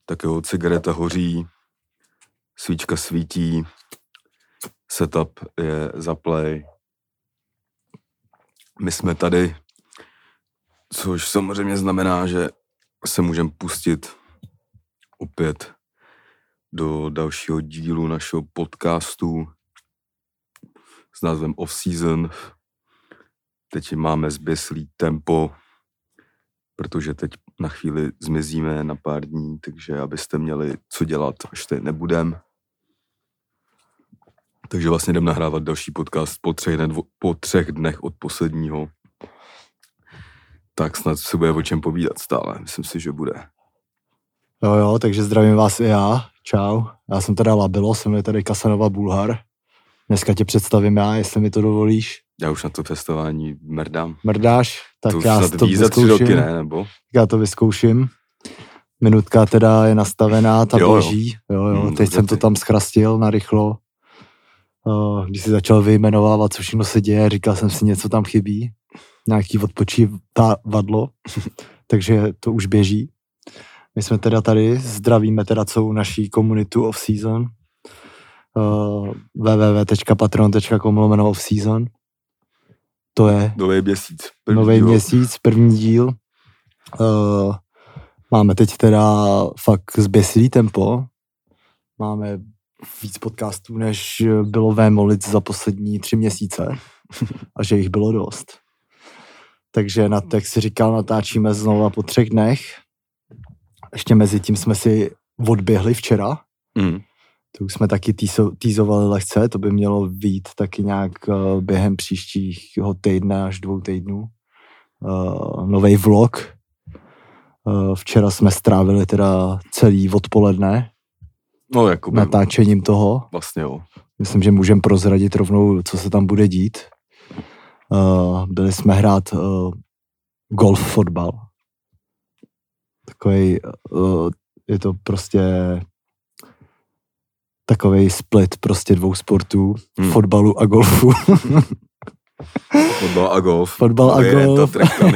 Tak jo, cigareta hoří, svíčka svítí, setup je zaplay. My jsme tady, což samozřejmě znamená, že se můžeme pustit opět do dalšího dílu našeho podcastu s názvem Off Season. Teď máme zběslý tempo, protože teď na chvíli zmizíme na pár dní, takže abyste měli co dělat, až tady nebudem. Takže vlastně jdem nahrávat další podcast po 3 dnech od posledního. Tak snad se bude o čem povídat stále, myslím si, že bude. Jo, takže zdravím vás i já, čau. Já jsem teda Labilo, jsem tady Kasanova Bulhar. Dneska tě představím já, jestli mi to dovolíš. Já už na to představování mrdám. Mrdáš? Tak to já to za 3 roky, ne? Nebo? Já to vyzkouším. Minutka teda je nastavená, ta běží. Jo. Teď jsem to tam zchrastil narychlo. Když jsi začal vyjmenovávat, co všechno se děje, říkal jsem si, něco tam chybí. Nějaký odpočívadlo. Takže to už běží. My jsme teda tady, zdravíme teda celou naší komunitu off-season. www.patreon.com/off-season. To je nový měsíc, první díl. Máme teď teda fakt zběsilý tempo. Máme víc podcastů, než bylo Vémolic za poslední 3 měsíce. A že jich bylo dost. Takže jak si říkal, natáčíme znova po 3 dnech. Ještě mezi tím jsme si odběhli včera. To už jsme taky týzovali lehce, to by mělo vyjít taky nějak během příštího týdne až 2 týdnů. Novej vlog. Včera jsme strávili teda celý odpoledne natáčením toho. Vlastně jo. Myslím, že můžeme prozradit rovnou, co se tam bude dít. Byli jsme hrát golf fotbal. Takovej, je to prostě takovej split prostě 2 sportů, fotbalu a golfu. Fotbal a golf. Fotbal a golf.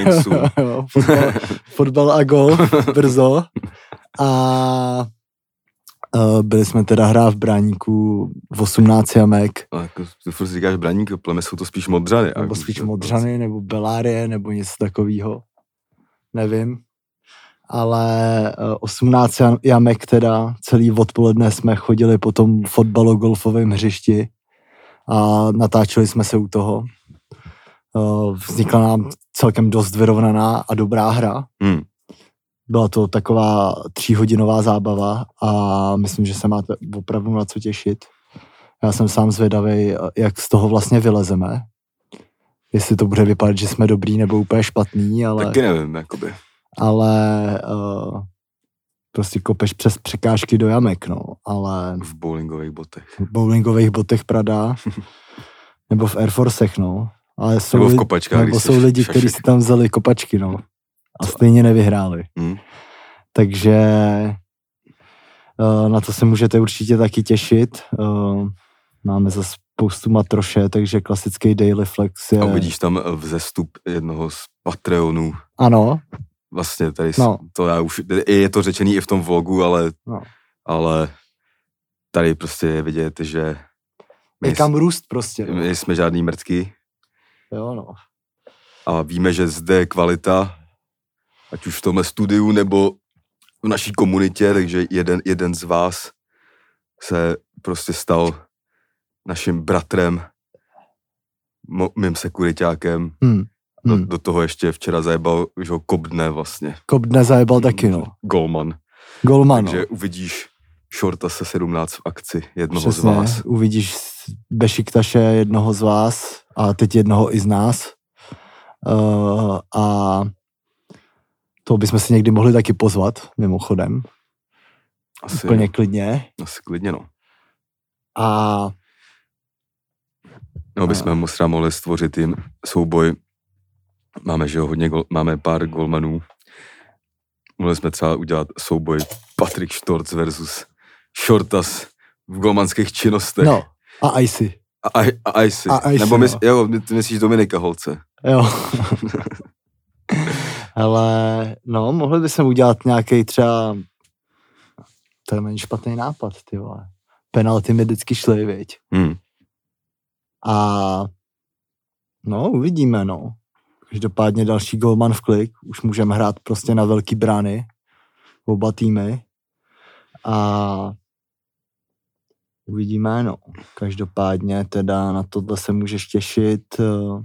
Fotbal a golf, brzo. A byli jsme teda hrát v Bráníku v 18 jamek. A jako, ty furt říkáš Bráník, pleme jsou to spíš Modřany. Nebo spíš Modřany, nebo Belárie, nebo něco takového. Nevím. Ale 18 jamek teda, celý odpoledne jsme chodili po tom fotbalo-golfovém hřišti a natáčeli jsme se u toho. Vznikla nám celkem dost vyrovnaná a dobrá hra. Byla to taková 3hodinová zábava a myslím, že se máte opravdu na co těšit. Já jsem sám zvědavý, jak z toho vlastně vylezeme. Jestli to bude vypadat, že jsme dobrý nebo úplně špatný, ale... Taky nevím, jakoby. Ale prostě kopeš přes překážky do jamek, no, ale... V bowlingových botech. V bowlingových botech Prada, nebo v Air Forcech, no. Ale jsou nebo v kopačkách, nebo jsou lidi, kteří si tam vzali kopačky, no. A stejně nevyhráli. Takže na to se můžete určitě taky těšit. Máme za spoustu matroše, takže klasický daily flex je... A uvidíš tam vzestup jednoho z Patreonů. Ano. Vlastně tady to já už, je to řečený i v tom vlogu, ale tady prostě je vidět, že je kam růst prostě. My jsme žádný mrtky. Jo, no. A víme, že zde je kvalita, ať už v tomhle studiu, nebo v naší komunitě, takže jeden z vás se prostě stal naším bratrem, mým sekuriťákem. Do toho ještě včera zajebal, že ho Kobdne vlastně. Kobdne zajebal taky, no. Golman, takže no. Uvidíš Shorta se 17 v akci, jednoho Přesně, z vás. Uvidíš Bešiktaše, jednoho z vás a teď jednoho i z nás. A to bychom si někdy mohli taky pozvat, mimochodem. Asi úplně klidně. Asi klidně, no. A... No, bychom mohli stvořit jim souboj. Máme, že jo, máme pár golmanů. Mohli jsme třeba udělat souboj Patrik Štorc versus Shortas v golmanských činnostech. No, a Icy. A Icy. Nebo ty myslíš Dominika Holce. Jo. Ale, no, mohli bychom udělat nějaký třeba to není špatný nápad, ty vole. Penalty mi vždycky šly, viď. A no, uvidíme, no. Každopádně další golman v klik. Už můžeme hrát prostě na velký brány. Oba týmy. A uvidíme, no. Každopádně teda na tohle se můžeš těšit.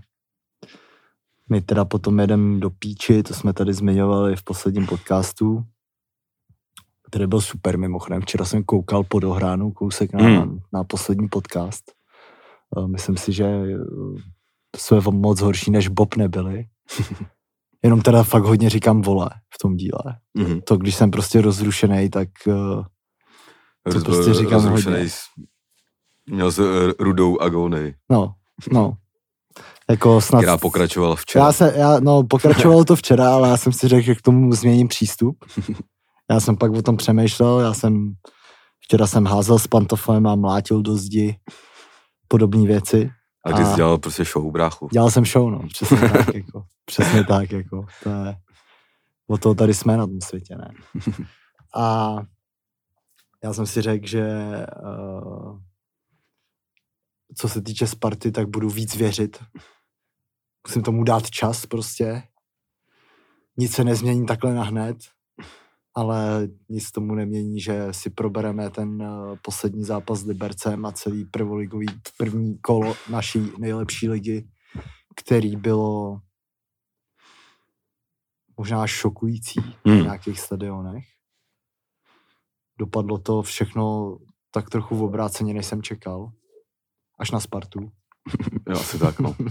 My teda potom jedeme do Píči, to jsme tady zmiňovali v posledním podcastu. Který byl super mimochodem. Včera jsem koukal po dohránu kousek na poslední podcast. Myslím si, že jsme moc horší než Bob nebyli. Jenom teda fakt hodně říkám vole v tom díle. To když jsem prostě rozrušenej, tak to prostě říkám hodně. Měl jsi rudou agónii. No. Jako snad... Která pokračovala včera. Pokračovalo to včera, ale já jsem si řekl, že k tomu změním přístup. Já jsem pak o tom přemýšlel, včera jsem házel s pantoflem a mlátil do zdi podobné věci. A ty jsi dělal prostě show, bráchu. Dělal jsem show, no, přesně tak, jako, to je, o toho tady jsme na tom světě, ne. A já jsem si řekl, že co se týče Sparty, tak budu víc věřit. Musím tomu dát čas prostě. Nic se nezmění takhle nahned, ale nic tomu nemění, že si probereme ten poslední zápas s Libercem a celý prvoligový první kolo naší nejlepší ligy, který bylo možná šokující na nějakých stadionech. Dopadlo to všechno tak trochu v obráceně, než jsem čekal. Až na Spartu. Jo, asi tak, no.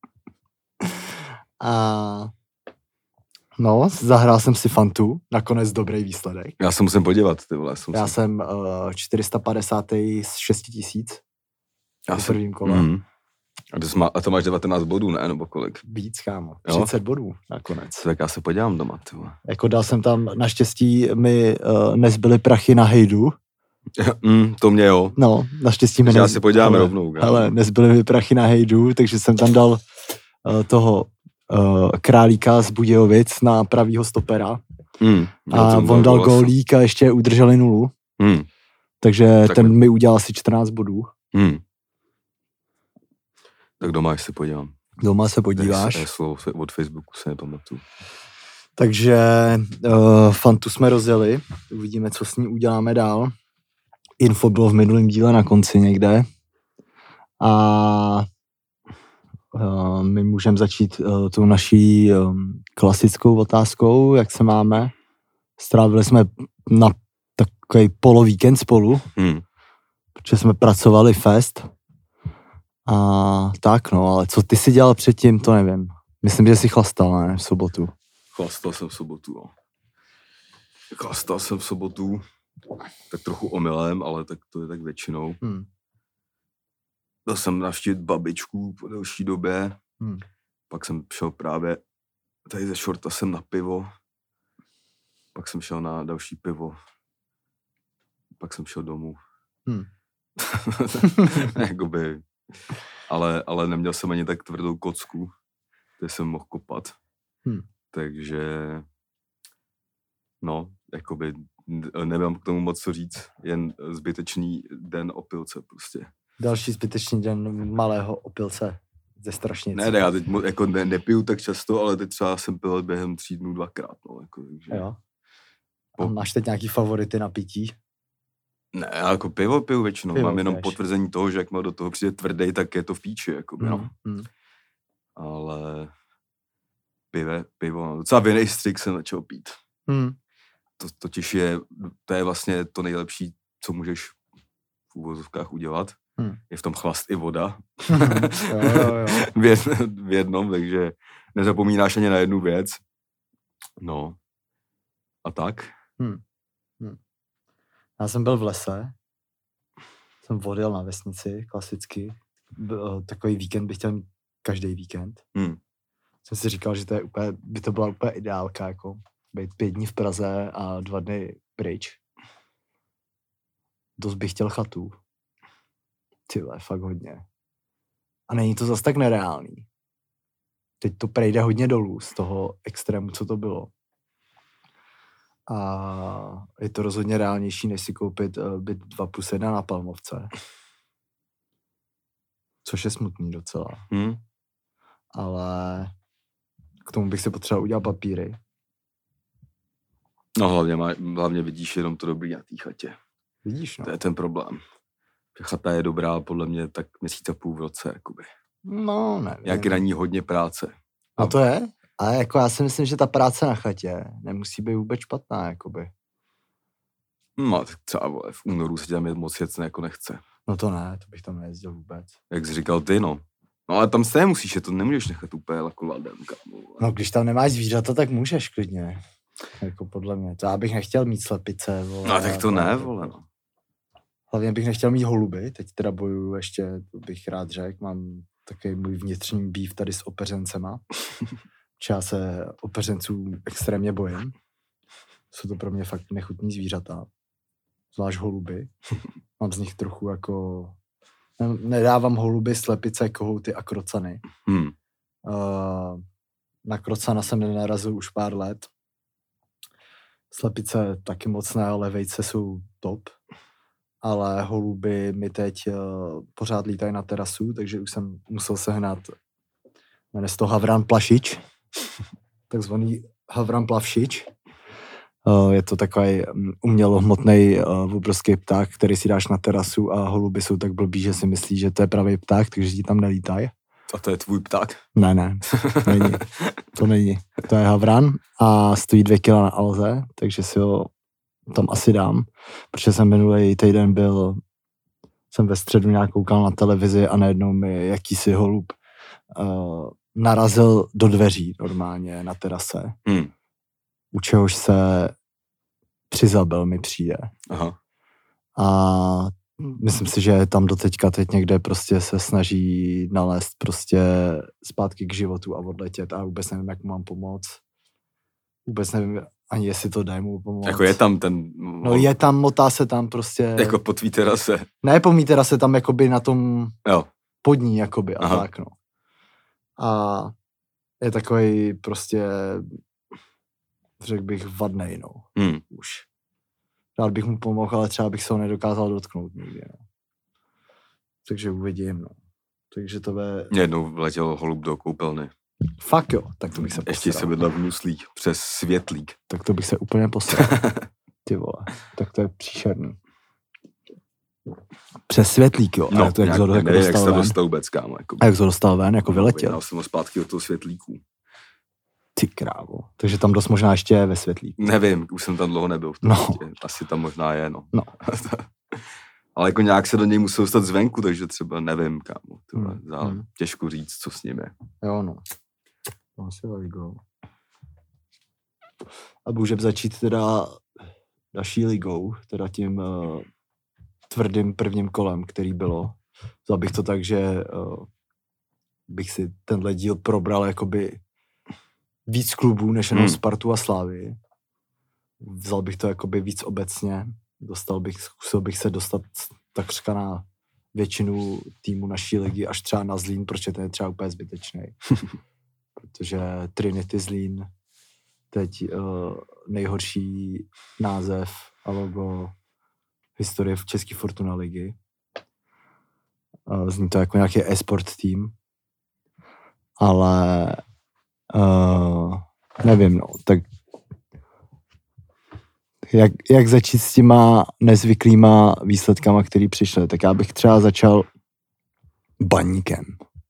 A no, zahrál jsem si Fantu, nakonec dobrý výsledek. Já se musím podívat, ty vole. Já jsem 450. z 6 000 v prvním kole. A to máš 19 bodů, ne? Nebo kolik? Víc, kámo. 30 bodů nakonec. Tak já se podívám doma, ty vole. Jako dal jsem tam, naštěstí mi nezbyly prachy na hejdu. To mě jo. No, naštěstí mi já si podívám rovnou. Ale nezbyly mi prachy na hejdu, takže jsem tam dal toho Králíka z Budějovic na pravýho stopera. A on dal gólík a ještě udrželi 0. Takže tak ten mi udělal asi 14 bodů. Tak doma až se podívám. Doma se podíváš. Slovo od Facebooku se nepamatuju. Takže Fantu jsme rozjeli. Uvidíme, co s ní uděláme dál. Info bylo v minulém díle na konci někde. A my můžeme začít tou naší klasickou otázkou, jak se máme. Strávili jsme na takový polovíkend spolu, protože jsme pracovali fest. A tak no, ale co ty si dělal předtím, to nevím. Myslím, že jsi chlastal, ne, v sobotu. Chlastal jsem v sobotu, jo. Chlastal jsem v sobotu, tak trochu omylem, ale tak to je tak většinou. Byl jsem navštívit babičku po delší době, pak jsem šel právě tady ze Šorta jsem na pivo, pak jsem šel na další pivo, pak jsem šel domů. Jakoby, ale neměl jsem ani tak tvrdou kocku, kde jsem mohl kopat. Takže no, jakoby nevím k tomu moc co říct, jen zbytečný den opilce prostě. Další zbytečný den malého opilce ze Strašnice. Ne, já teď jako nepiju tak často, ale teď třeba jsem pil během 3 dnů 2krát, no, jako, takže. Jo. A máš teď nějaký favority na pití? Ne, jako pivo piju většinou, mám jenom potvrzení toho, že jak má do toho přijde tvrdý, tak je to v píči, jako no. Ale pivo, no. Docela vinej strik jsem začal pít. To totiž to je vlastně to nejlepší, co můžeš v uvozovkách udělat. Je v tom chlast i voda. jo. v jednom, takže nezapomínáš ani na jednu věc. No. A tak? Já jsem byl v lese. Jsem odjel na vesnici, klasicky. Takový víkend bych chtěl mít každý víkend. Jsem si říkal, že by to byla úplně ideálka, jako být 5 dní v Praze a 2 dny pryč. Dost bych chtěl chatu. Tyhle, fakt hodně. A není to zas tak nereálný. Teď to prejde hodně dolů z toho extrému, co to bylo. A je to rozhodně reálnější, než si koupit byt 2+1 na Palmovce. Což je smutný docela. Ale k tomu bych se potřeboval udělat papíry. No hlavně vidíš jenom to dobrý na té chatě. Vidíš, no. To je ten problém. Chata je dobrá podle mě tak měsíc a půl v roce, jakoby. No, nevím. Jak je na ní hodně práce. A to je? Ale jako já si myslím, že ta práce na chatě nemusí být vůbec špatná, jakoby. No, tak třeba, vole, v únoru se tam moc jet jako nechce. No to ne, to bych tam nejezdil vůbec. Jak jsi říkal ty, no. No ale tam se nemusíš, to nemůžeš nechat úplně jako ladem, kámo. No když tam nemáš zvířata, tak můžeš klidně. Jako podle mě. To já bych nechtěl mít slepice, vole. No tak to ne, vole, no. Hlavně bych nechtěl mít holuby, teď teda bojuju ještě, bych rád řekl, mám takový můj vnitřní býv tady s opeřencema. Já se opeřenců extrémně bojím. Jsou to pro mě fakt nechutní zvířata. Zvlášť holuby. Mám z nich trochu jako... Nedávám holuby, slepice, kohouty a krocany. Na krocana jsem nenarazil už pár let. Slepice taky moc ne, ale vejce jsou top. Ale holuby mi teď pořád lítají na terasu, takže už jsem musel sehnat, jmenuje se to havran plašič, takzvaný havran plavšič. Je to takový umělohmotný obrovský pták, který si dáš na terasu a holuby jsou tak blbý, že si myslí, že to je pravý pták, takže ti tam nelítají. A to je tvůj pták? Ne, není. To není. To je havran a stojí 2 kg na alze, takže si ho tam asi dám, protože jsem minulý týden jsem ve středu nějak koukal na televizi a najednou mi jakýsi holub narazil do dveří normálně na terase. U čehož se přizabel mi přijde. Aha. A myslím si, že tam doteďka teď někde prostě se snaží nalézt prostě zpátky k životu a odletět a vůbec nevím, jak mu mám pomoct. Vůbec nevím ani, jestli to dají mu pomoct. Jako je tam ten... No je tam, motá se tam prostě... Jako po tvý terase. Ne po mý terase, tam jakoby na tom jo. podní jakoby a aha. tak no. A je takovej prostě, řekl bych, vadnej no. Už. Rád bych mu pomohl, ale třeba bych se ho nedokázal dotknout nikdy no. Takže uvidím no. Takže to bude... Jednou vletěl holub do koupelny. Fakt jo, tak to bych se postaral. Ještě se bydla v muslík, přes světlík. Tak to bych se úplně postaral. Ty vole, tak to je příšerný. Přes světlík, jo. No, to jak se dostal vůbec, kámo. Jako, a jak to dostal ven, jako vyletěl. Vydal jsem ho zpátky do toho světlíku. Ty krávo. Takže tam dost možná ještě je ve světlíku. Nevím, už jsem tam dlouho nebyl v tom asi tam možná je, no. Ale jako nějak se do něj musel dostat zvenku, takže třeba nevím, kámo. Těžko říct, co s ním je. Jo, no. No, asi ligou. A můžeme začít teda naší ligou, teda tím tvrdým prvním kolem, který bylo. Vzal bych to tak, že bych si tenhle díl probral jakoby víc klubů, než jenom Spartu a Slávii. Vzal bych to jakoby víc obecně. Zkusil bych se dostat takřka na většinu týmu naší ligy, až třeba na Zlín, protože ten je třeba úplně zbytečný. Protože Trinity Zlín, teď nejhorší název a logo historie v české Fortuna ligy. Zní to jako nějaký e-sport tým. Ale nevím, no, tak jak začít s těma nezvyklýma výsledkama, který přišly, tak já bych třeba začal Baníkem.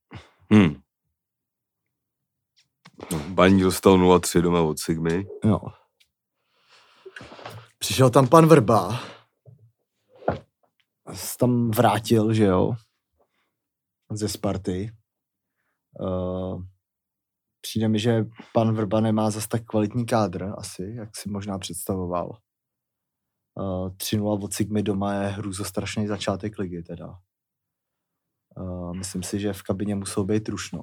No, Baník dostal 0-3 doma od Sigmy. Jo. Přišel tam pan Vrba. Tam vrátil, že jo, ze Sparty. Přijde mi, že pan Vrba nemá zas tak kvalitní kádr asi, jak si možná představoval. 3-0 od Sigmy doma je hrůzostrašný začátek ligy teda. Myslím si, že v kabině muselo být rušno.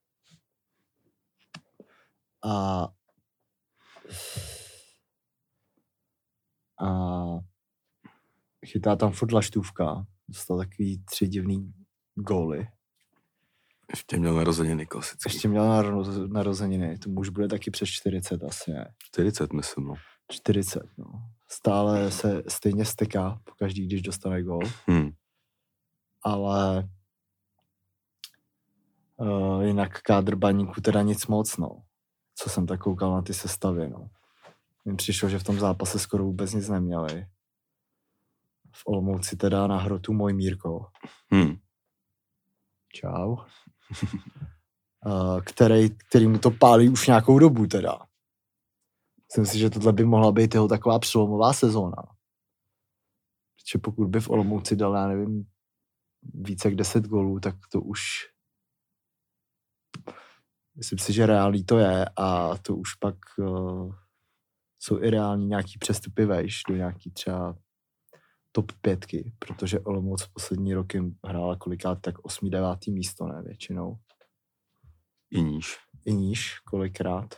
A chytá tam furt Laštůvka. Dostal takový 3 divný góly. Ještě měl narozeniny klasicky. Ještě měl narozeniny. To muž bude taky přes 40 asi, ne? 40 myslím, no. 40, no. Stále se stejně steká pokaždý, když dostane gól. Ale jinak kádr Baníku teda nic moc, no. Co jsem tak koukal na ty sestavy, no. Mně přišlo, že v tom zápase skoro vůbec nic neměli. V Olomouci teda na hrotu můj Mírko. Čau. Který mu to pálí už nějakou dobu teda. Myslím si, že tohle by mohla být jeho taková přelomová sezóna. Protože pokud by v Olomouci dal, já nevím, více jak 10 gólů, tak to už myslím si, že reálný to je a to už pak jsou i reální nějaký přestupy vejš do nějaký třeba top 5, protože Olomouc poslední roky hrála kolikrát tak 8., 9. místo, ne většinou. I níž kolikrát.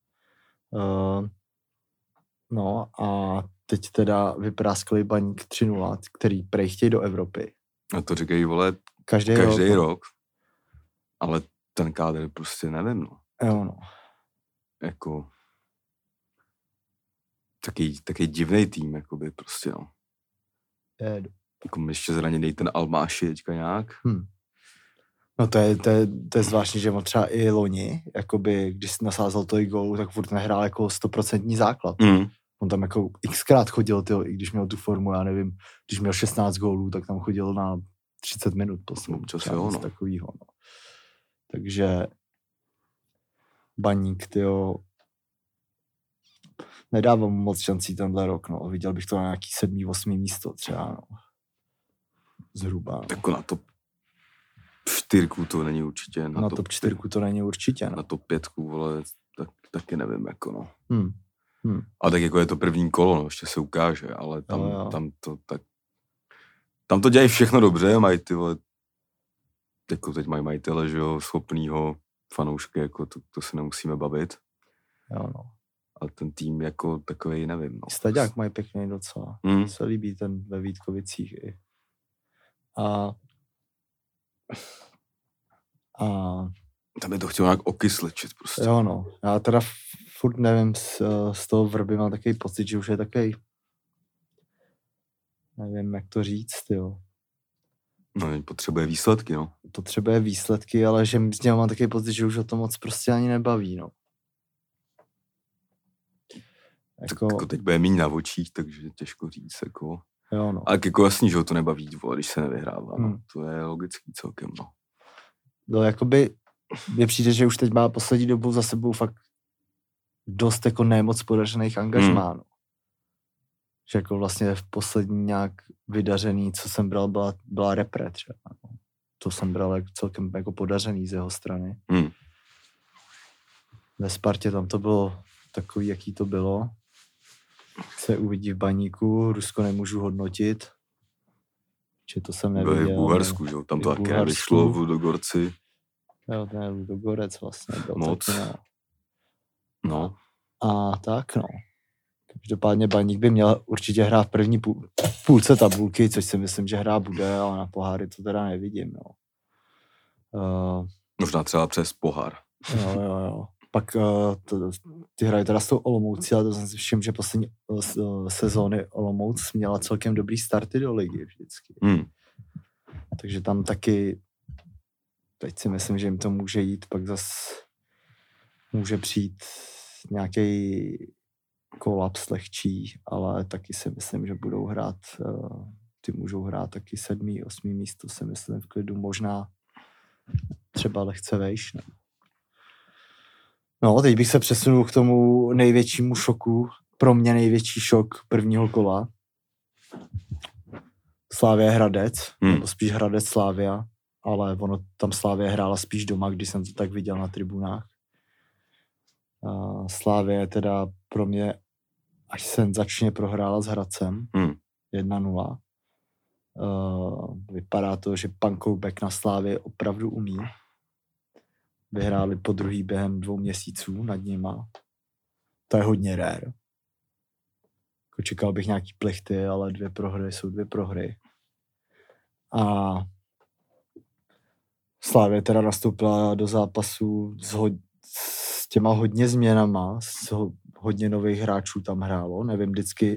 No a teď teda vyprásklý Baník 3-0, který prej chtějí do Evropy. A to říkají, vole, každý rok. Ale ten kádr prostě nevím, no. Jo, no. Jako taky divnej tým, jakoby prostě, no. Jako ještě zraněný ten Almáši teďka nějak. No to je zvláštní, že on třeba i loni, jakoby, když nasázel tolik gólů, tak furt nehrál jako 100% základ. On tam jako xkrát chodil, tyjo, i když měl tu formu, já nevím, když měl 16 gólů, tak tam chodil na 30 minut poslední. No. Takovýho, no. Takže Baník, tyjo, nedávám moc šancí tenhle rok, no. Viděl bych to na nějaký 7., 8. místo třeba, no. Zhruba, no. Jako na top 4 to není určitě. Na top 4 to není určitě, no. Na top 5, vole, taky nevím, jako, no. A tak jako je to první kolo, no, ještě se ukáže, ale tam to dělají všechno dobře, mají ty, vole, jako teď mají majitele, že jo, schopnýho fanoušky, jako to se nemusíme bavit. Jo, no. A ten tým jako takovej, nevím, no. Staďák mají pěkný docela. Se líbí ten ve Vítkovicích i. A tam je to chtělo nějak okyslečit prostě. Jo, no. Já teda furt nevím, z toho Vrby mám takový pocit, že už je takový, nevím, jak to říct, jo. No, potřebuje výsledky, no. Potřebuje výsledky, ale že z něho mám takový pocit, že už o to moc prostě ani nebaví, no. Jako teď bude míň na očích, takže těžko říct, jako. Jo, no. A jako jasný, že ho to nebaví, když se nevyhrává, no. To je logický celkem, no. No, jakoby mně přijde, že už teď má poslední dobu za sebou fakt dost jako nemoc podařených angažmá, no. Že jako vlastně v poslední nějak vydařený, co jsem bral, byla repre třeba, no. To jsem bral jako celkem jako podařený z jeho strany. Ve Spartě tam to bylo takový, jaký to bylo. Se uvidí v Baníku, Rusko nemůžu hodnotit. Či to jsem neviděl. Byl i v Bulharsku, jo, tam to také vyšlo v Ludogorci. Jo, ten Ludogorec vlastně byl moc. Taky, no. A tak, no. Každopádně Baník by měl určitě hrát v první půlce tabulky, což si myslím, že hrát bude, ale na poháry to teda nevidím, no. Možná třeba přes pohár. Jo. Pak ty hrají teda s tou Olomoucí, ale to jsem si všiml, že poslední sezóny Olomouc měla celkem dobrý starty do ligy vždycky. Takže tam taky teď si myslím, že jim to může jít, pak zas může přijít nějaký kolaps lehčí, ale taky si myslím, že budou hrát, ty můžou hrát taky 7., 8. místo, si myslím v klidu, možná třeba lehce vejš, ne? No, teď bych se přesunul k tomu největšímu šoku, pro mě největší šok prvního kola. Slavia Hradec, nebo spíš Hradec Slavia, ale ono tam Slavia hrála spíš doma, když jsem to tak viděl na tribunách. Slavia je teda pro mě až senzačně prohrála s Hradcem 1-0. Vypadá to, že pan Koubek na Slavii opravdu umí. Vyhráli po druhý během 2 měsíců nad nima. To je hodně rare. Čekal bych nějaký plichty, ale 2 prohry jsou 2 prohry. A Slavia teda nastoupila do zápasu s těma hodně změnama, hodně nových hráčů tam hrálo, nevím, vždycky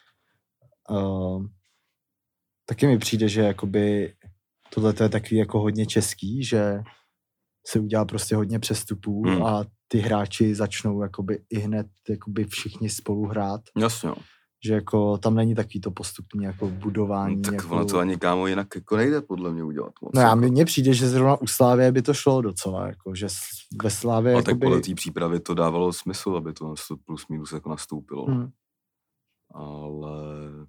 taky mi přijde, že jakoby tohle je takový jako hodně český, že se udělá prostě hodně přestupů a ty hráči začnou jakoby i hned jakoby všichni spolu hrát. Jasně. Že jako tam není takový to postupný jako budování. Tak jako... ono to ani kámo jinak jako nejde podle mě udělat moc. No mně přijde, že zrovna u Slávie by to šlo docela, jako, že ve Slávě... Ale tak podle té přípravy to dávalo smysl, aby to plus minus jako nastoupilo. Ale...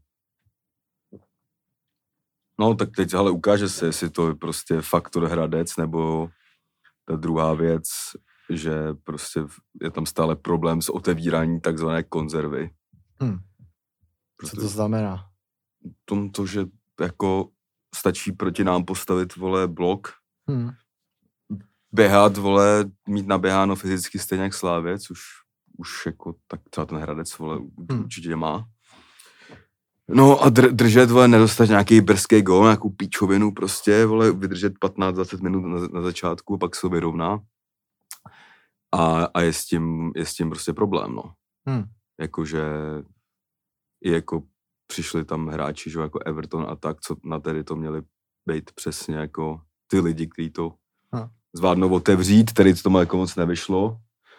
No tak teď ale ukáže se, jestli to je prostě faktor Hradec, nebo ta druhá věc, že prostě je tam stále problém s otevíráním takzvané konzervy. Co to znamená? To, že jako stačí proti nám postavit, vole, blok, běhat, vole, mít naběháno fyzicky stejně jak Slávě, což už jako tak třeba ten Hradec, vole, určitě má. No a držet, vole, nedostat nějaký brzký gól, nějakou píčovinu prostě, vole, vydržet 15-20 minut na začátku a pak se to vyrovná. A je s tím prostě problém, no. Jakože i jako přišli tam hráči, že jako Everton a tak, co na tedy to měli být přesně jako ty lidi, kteří to zvládnou otevřít, tedy to tomu jako moc nevyšlo.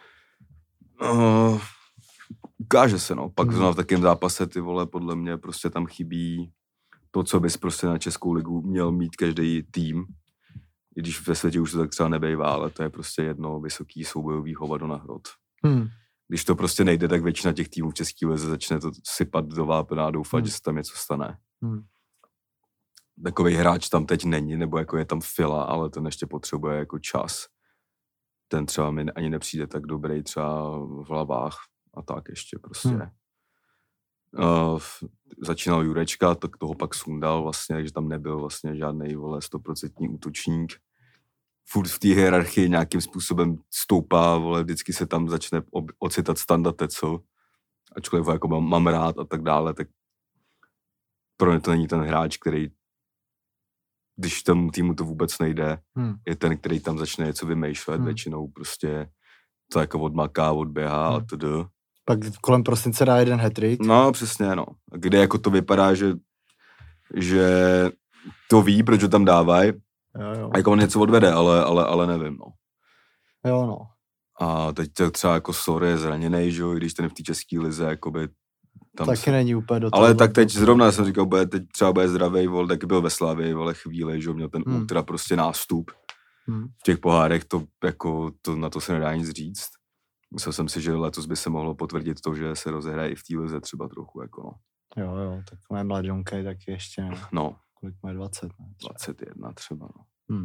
Ukáže se, no. Pak v takém zápase, ty vole, podle mě prostě tam chybí to, co bys prostě na Českou ligu měl mít každý tým. I když ve světě už to tak třeba nebejvá, ale to je prostě jedno vysoký soubojový hovado na hrot. Když to prostě nejde, tak většina těch týmů v České lize začne to sypat do vápna a doufat, že se tam něco stane. Takový hráč tam teď není, nebo jako je tam Fila, ale ten ještě potřebuje jako čas. Ten třeba mi ani nepřijde tak dobrý třeba v hlavách a tak ještě prostě. Začínal Jurečka, tak toho pak sundal vlastně, takže tam nebyl vlastně žádnej, vole, 100% útočník. Furt v té hierarchii nějakým způsobem stoupá, vole, vždycky se tam začne ocitat Standa Tecl, ačkoliv ho jako mám rád a tak dále, tak pro mě to není ten hráč, který, když tomu týmu to vůbec nejde, je ten, který tam začne něco vymýšlet, většinou prostě to jako odmaká, odběhá a td. Pak kolem prosince dá jeden hat-trick. No, přesně, no. Kde jako to vypadá, že to ví, proč ho tam dávají. A jako on něco odvede, ale nevím, no. Jo, no. A teď třeba jako Sor je zraněnej, že jo, i když ten v té české lize, jakoby tam taky není úplně do toho. Ale tak teď zrovna jsem říkal, teď třeba bude zdravej, vole, taky byl ve Slavii, vole, chvíli, že jo, měl ten ultra prostě nástup. V těch pohárech to jako, na to se nedá nic říct. Myslel jsem si, že letos by se mohlo potvrdit to, že se rozehraje i v té lize třeba trochu, jako no. Jo, tak moje mladonka taky ještě, ne? No. Kolik má 20, ne? 21 třeba, no.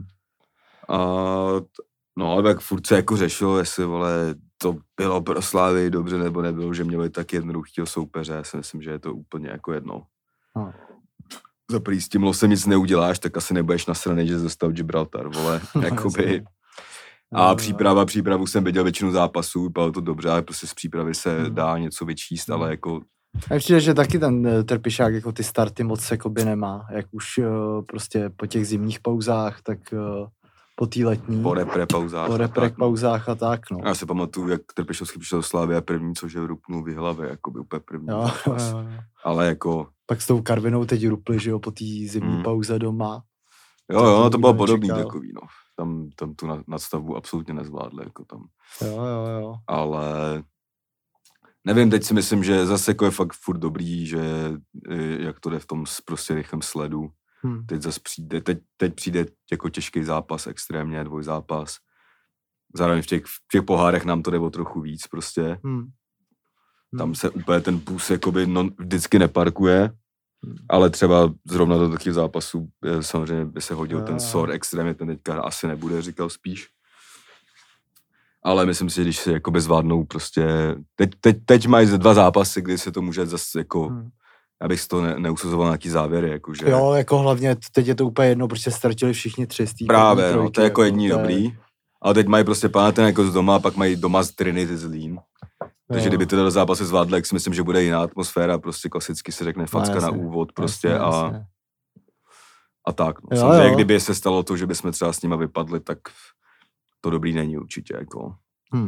No, ale tak furt se jako řešilo, jestli, vole, to bylo pro Slávy dobře nebo nebylo, že měli tak jednoduchýho soupeře. Já si myslím, že je to úplně jako jedno. Za prý s tím losem nic neuděláš, tak asi nebudeš nasranej, že dostal Gibraltar, vole, jakoby. A přípravu jsem viděl většinu zápasů, vypadalo to dobře, ale prostě z přípravy se dá něco vyčíst, ale jako... A přijde, že taky ten Trpišák jako ty starty moc jakoby nemá, jak už prostě po těch zimních pauzách, tak po té letní. Po repre pauzách a tak, no. Já si pamatuju, jak Trpišovský přišel do Slávy a první, což je rupnul v hlavě, jakoby úplně první zápas. Jo. Ale jako... Pak s tou Karvinou teď rupli, že jo, po té zimní pauze doma. Jo, no, to bylo podobný takový, no. Tam tu nadstavbu absolutně nezvládli, jako tam. Jo. Ale nevím, teď si myslím, že zase jako je fakt furt dobrý, že jak to jde v tom prostě rychlém sledu. Teď zase přijde, teď přijde jako těžký zápas, extrémně dvojzápas. Zároveň v těch pohárech nám to jde o trochu víc prostě. Tam se úplně ten půs jakoby vždycky neparkuje. Ale třeba zrovna do takových zápasů samozřejmě by se hodil ten Sor extrémně, ten teďka asi nebude, říkal spíš. Ale myslím si, že když se jakoby zvládnou prostě, teď mají 2 zápasy, kdy se to může zase jako, abych si to neusuzoval nějaký závěry, jakože. Jo, jako hlavně teď je to úplně jedno, protože ztratili všichni 3 z té právě, no, to je jako jediný dobrý. Ale teď mají prostě Panathinaikos jako z doma, a pak mají doma z Trinity Zlín. Takže kdyby tyhle zápasy zvládli, tak si myslím, že bude jiná atmosféra, prostě klasicky se řekne facka na úvod prostě jasně. A tak. No. Samozřejmě, kdyby se stalo to, že bychom třeba s nima vypadli, tak to dobrý není určitě, jako.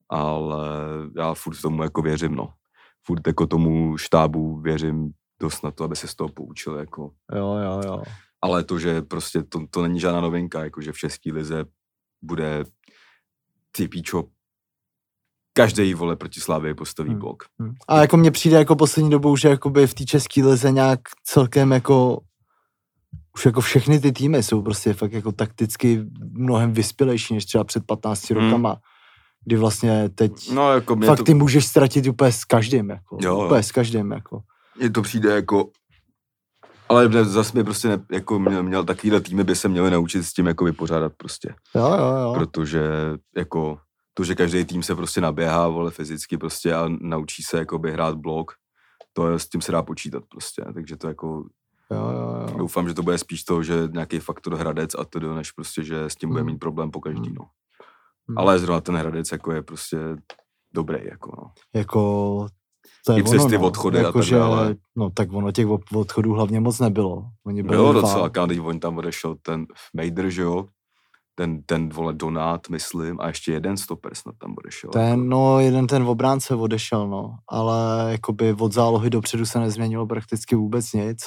ale já furt tomu jako věřím, no. Furt jako tomu štábu věřím dost na to, aby se z toho poučil, jako. Jo. Ale to, že prostě to není žádná novinka, jako že v české lize bude ty píčo každý vole proti Slávii postaví blok. A jako mně přijde jako poslední dobou, že jakoby v té české lize nějak celkem jako už jako všechny ty týmy jsou prostě fakt jako takticky mnohem vyspělejší než třeba před 15 rokama, kdy vlastně teď jako fakt ty můžeš ztratit úplně s každým, jako. Jo. S každým, jako. Mně to přijde jako, ale zase mi prostě jako měl takovýhle týmy by se měli naučit s tím jako vypořádat prostě. Jo. Protože jako to, že každý tým se prostě naběhá, vole, fyzicky prostě a naučí se jakoby hrát blok, to je, s tím se dá počítat prostě, takže to jako Jo. doufám, že to bude spíš to, že nějaký faktor Hradec a to, než prostě, že s tím bude mít problém po každý, no. Ale zrovna ten Hradec jako je prostě dobrý, jako no. Jako to je i přes ono, ty no. odchody jako a tak dále. No tak ono těch odchodů hlavně moc nebylo. Oni byli bylo docela, když on tam odešel ten Mejdr, že jo, ten vole Donát, myslím, a ještě jeden stoper snad tam odešel. Jeden ten obránce odešel, no, ale jakoby od zálohy dopředu se nezměnilo prakticky vůbec nic.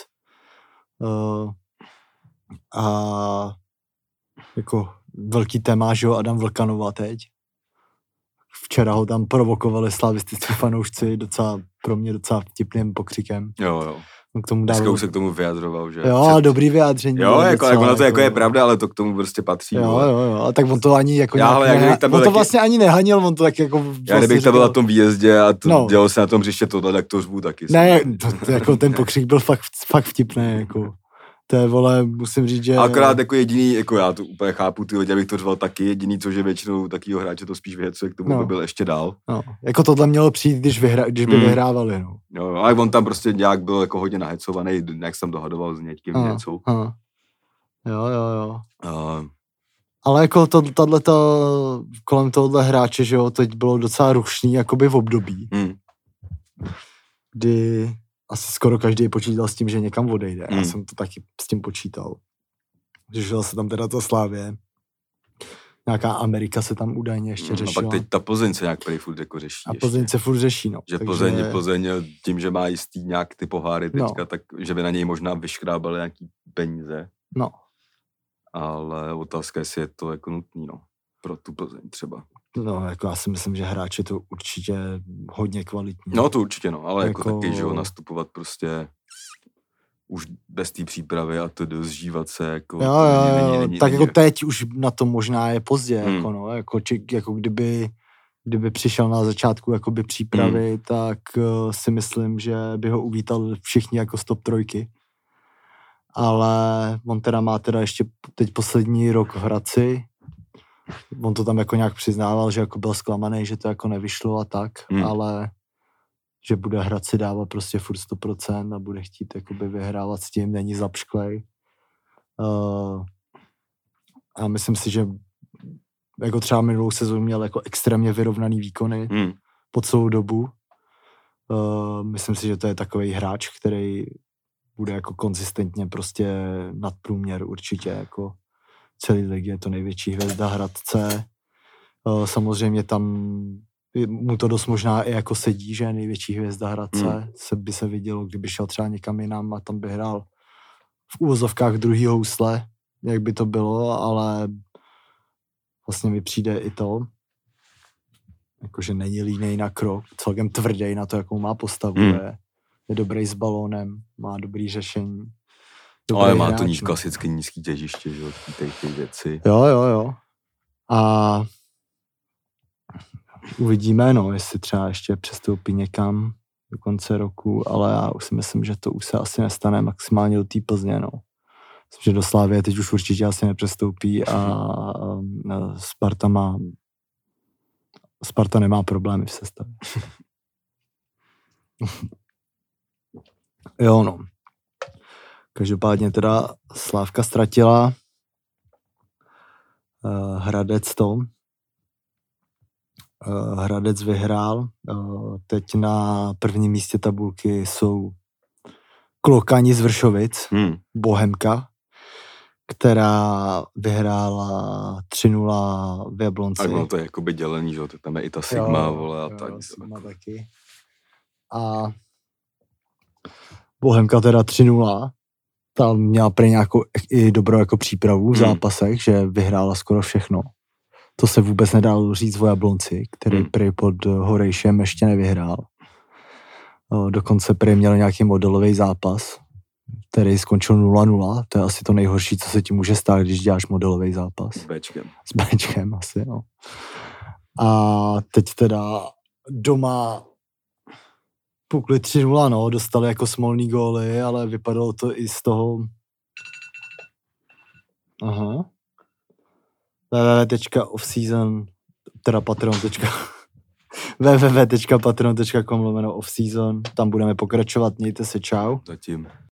A jako velký téma, že jo, Adam Vlkanova teď. Včera ho tam provokovali slavistický fanoušci pro mě docela vtipným pokřikem. Jo. K tomu dneska už se k tomu vyjadřoval, že? Jo, dobrý vyjádření. Jo, jako ono to jako je pravda, ale to k tomu prostě patří. Jo, a tak on to ani jako on to vlastně ani nehanil, on to tak jako... Já kdybych tam byl na tom výjezdě a dělal se na tom hřiště tohle, tak to řvu taky. Ne, to jako ten pokřik byl fakt vtipný, jako. To je, vole, musím říct, že... Akorát jako jediný, jako já to úplně chápu, ty lidi, abych to řval taky, jediný, což je většinou takovýho hráče to spíš věcuje, k tomu by byl ještě dál. No, jako tohle mělo přijít, když by vyhrávali, no. Jo, ale on tam prostě nějak byl jako hodně nahecovaný, nějak jsem dohadoval s někým něco. Jo. Ale jako kolem tohohle hráče, že jo, teď bylo docela rušný, jakoby v období, kdy asi skoro každý počítal s tím, že někam odejde. Já jsem to taky s tím počítal. Řešila se tam teda ta Slávie. Nějaká Amerika se tam údajně ještě řešila. A pak teď ta Plzeň se nějak furt jako řeší. A Plzeň se furt řeší, no. Že takže... Plzeň tím, že má jistý nějak ty poháry teďka, tak že by na něj možná vyškrábali nějaký peníze. No. Ale otázka je, jestli je to jako nutný, no. Pro tu Plzeň třeba. No, jako já si myslím, že hráč je to určitě hodně kvalitní. No, to určitě, no, ale jako taky, že ho nastupovat prostě už bez té přípravy a to zžívat se, jako... Jo, tak jako teď už na to možná je pozdě, jako no, jako kdyby přišel na začátku jakoby přípravy, tak si myslím, že by ho uvítal všichni jako stop trojky. Ale on teda má ještě teď poslední rok v Hradci. On to tam jako nějak přiznával, že jako byl zklamaný, že to jako nevyšlo a tak, ale že bude Hradci dávat prostě furt 100% a bude chtít jakoby vyhrávat s tím, není zapšklej. A myslím si, že jako třeba minulou sezónu měl jako extrémně vyrovnaný výkony po celou dobu. Myslím si, že to je takový hráč, který bude jako konzistentně prostě nadprůměr určitě jako celý ligy, je to největší hvězda Hradce. Samozřejmě tam mu to dost možná i jako sedí, že je největší hvězda Hradce. By se vidělo, kdyby šel třeba někam jinam a tam by hrál v úvozovkách druhý housle, jak by to bylo, ale vlastně mi přijde i to, jakože není línej na krok, celkem tvrdý na to, jakou má postavu, je dobrý s balónem, má dobrý řešení. Ale má to klasicky nízký těžiště, že jo, ty věci. Jo. A uvidíme, no, jestli třeba ještě přestoupí někam do konce roku, ale já už si myslím, že to už se asi nestane maximálně do té Plzně, no. Myslím, že do Slávie teď už určitě asi nepřestoupí a Sparta nemá problémy v sestavě. Jo, no. Každopádně teda Slávka ztratila, Hradec vyhrál, teď na prvním místě tabulky jsou Klokani z Vršovic, Bohemka, která vyhrála 3-0 v Jablonci. A ono to je jakoby dělený, že jo, tam je i ta Sigma, vole, a tak. Sigma taky. A Bohemka teda 3-0, tam měla prý nějakou i dobrou jako přípravu v zápasech, že vyhrála skoro všechno. To se vůbec nedalo říct o Jablonci, který prý pod Horejšem ještě nevyhrál. Dokonce prý měl nějaký modelový zápas, který skončil 0-0. To je asi to nejhorší, co se ti může stát, když děláš modelový zápas. S Bčkem. S Bčkem asi, no. A teď teda doma pukli 3-0, no, dostali jako smolný góly, ale vypadalo to i z toho... Aha. www.offseason, teda www.patreon.com/offseason, tam budeme pokračovat, mějte se, čau. Zatím.